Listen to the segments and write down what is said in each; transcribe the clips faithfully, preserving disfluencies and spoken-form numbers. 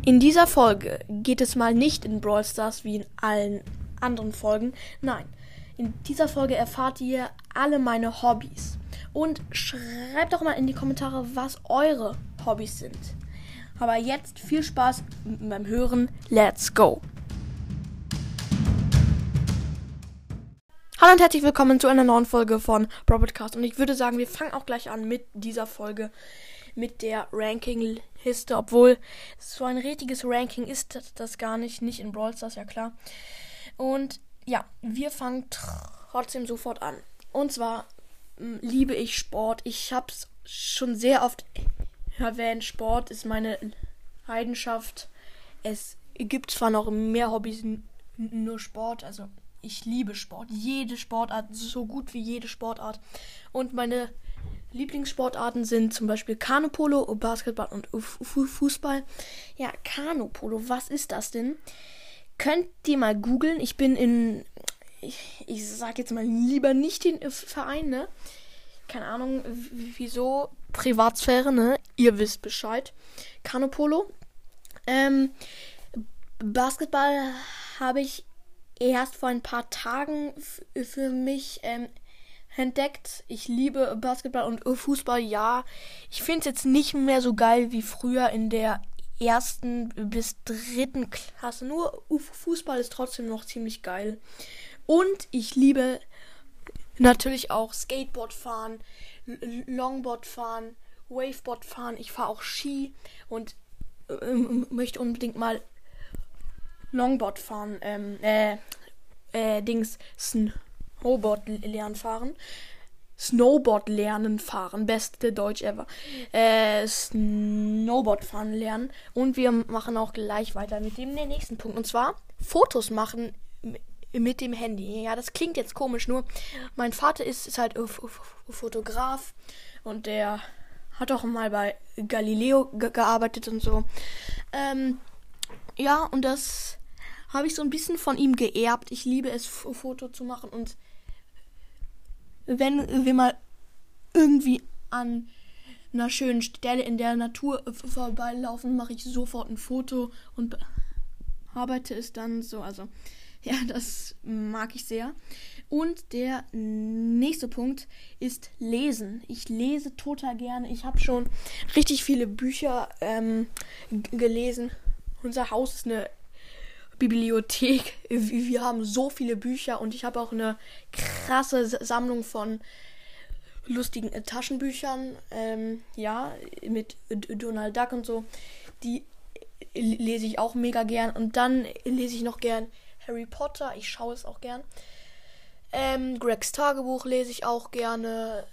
In dieser Folge geht es mal nicht in Brawl Stars wie in allen anderen Folgen. Nein, in dieser Folge erfahrt ihr alle meine Hobbys. Und schreibt doch mal in die Kommentare, was eure Hobbys sind. Aber jetzt viel Spaß beim Hören. Let's go! Hallo und herzlich willkommen zu einer neuen Folge von Brawl Podcast. Und ich würde sagen, wir fangen auch gleich an mit dieser Folge, mit der Ranking-Liste. Obwohl, so ein richtiges Ranking ist das, das gar nicht. Nicht in Brawl Stars, ja klar. Und ja, wir fangen trotzdem sofort an. Und zwar m, liebe ich Sport. Ich habe es schon sehr oft erwähnt. Sport ist meine Leidenschaft. Es gibt zwar noch mehr Hobbys, n- nur Sport. Also ich liebe Sport. Jede Sportart, so gut wie jede Sportart. Und meine Lieblingssportarten sind zum Beispiel Kanupolo, Basketball und Fußball. Ja, Kanupolo, was ist das denn? Könnt ihr mal googeln. Ich bin in, ich, ich sag jetzt mal lieber nicht den Verein, ne? Keine Ahnung, w- wieso. Privatsphäre, ne? Ihr wisst Bescheid. Kanupolo. Ähm, Basketball habe ich erst vor ein paar Tagen f- für mich ähm, entdeckt. Ich liebe Basketball und Fußball, ja. Ich finde es jetzt nicht mehr so geil wie früher in der ersten bis dritten Klasse. Nur Fußball ist trotzdem noch ziemlich geil. Und ich liebe natürlich auch Skateboard fahren, L- Longboard fahren, Waveboard fahren. Ich fahre auch Ski und ähm, möchte unbedingt mal Longboard fahren, ähm, äh, äh, Dings, Snowboard lernen fahren. Snowboard lernen fahren, beste Deutsch ever. Äh, Snowboard fahren lernen. Und wir machen auch gleich weiter mit dem nächsten Punkt. Und zwar Fotos machen mit dem Handy. Ja, das klingt jetzt komisch, nur mein Vater ist, ist halt F- F- Fotograf und der hat auch mal bei Galileo ge- gearbeitet und so. Ähm, ja, und das habe ich so ein bisschen von ihm geerbt. Ich liebe es, F- Foto zu machen. Und wenn wir mal irgendwie an einer schönen Stelle in der Natur f- vorbeilaufen, mache ich sofort ein Foto und bearbeite es dann so. Also, ja, das mag ich sehr. Und der nächste Punkt ist Lesen. Ich lese total gerne. Ich habe schon richtig viele Bücher ähm, g- gelesen. Unser Haus ist eine Bibliothek. Wir haben so viele Bücher und ich habe auch eine krasse Sammlung von lustigen äh, Taschenbüchern. Ähm, ja, mit D- Donald Duck und so. Die lese ich auch mega gern. Und dann lese ich noch gern Harry Potter. Ich schaue es auch gern. Ähm, Gregs Tagebuch lese ich auch gerne.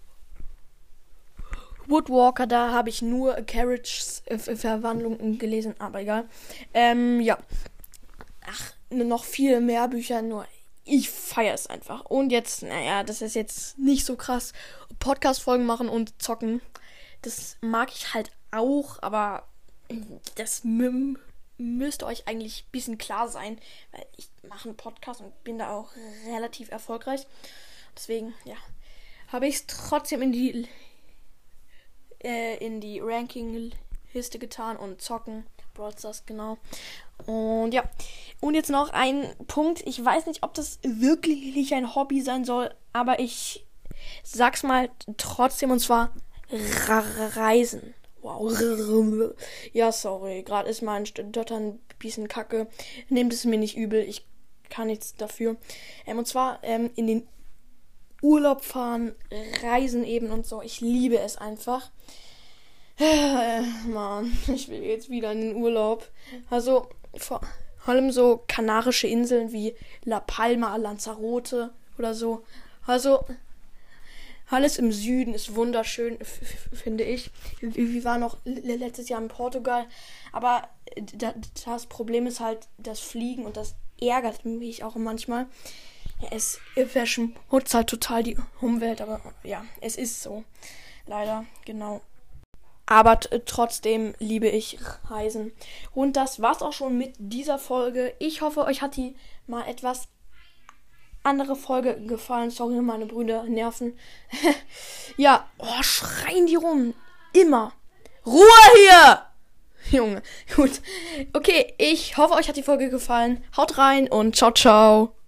Woodwalker, da habe ich nur Carriages äh, Verwandlungen gelesen, aber egal. Ähm, ja. Ach, noch viel mehr Bücher, nur ich feiere es einfach. Und jetzt, naja, das ist jetzt nicht so krass. Podcast-Folgen machen und zocken, das mag ich halt auch, aber das m- müsste euch eigentlich ein bisschen klar sein, weil ich mache einen Podcast und bin da auch relativ erfolgreich. Deswegen, ja, habe ich es trotzdem in die äh, in die Ranking-Liste getan und zocken. Brawl Stars, genau. Und ja, und jetzt noch ein Punkt. Ich weiß nicht, ob das wirklich ein Hobby sein soll, aber ich sag's mal trotzdem, und zwar Ra- Reisen. Wow. Ja, sorry. Gerade ist mein Stottern ein bisschen kacke. Nehmt es mir nicht übel. Ich kann nichts dafür. Ähm, und zwar ähm, in den Urlaub fahren, reisen eben und so. Ich liebe es einfach. Äh, Mann, ich will jetzt wieder in den Urlaub. Also vor allem so kanarische Inseln wie La Palma, Lanzarote oder so. Also alles im Süden ist wunderschön, f- f- finde ich. Wir, wir waren noch l- letztes Jahr in Portugal, aber da, das Problem ist halt das Fliegen und das ärgert mich auch manchmal. Ja, es verschmutzt halt total die Umwelt, aber ja, es ist so. Leider, genau. Aber t- trotzdem liebe ich Reisen. Und das war's auch schon mit dieser Folge. Ich hoffe, euch hat die mal etwas andere Folge gefallen. Sorry, meine Brüder nerven. Ja, oh, schreien die rum. Immer. Ruhe hier! Junge, gut. Okay, ich hoffe, euch hat die Folge gefallen. Haut rein und ciao, ciao.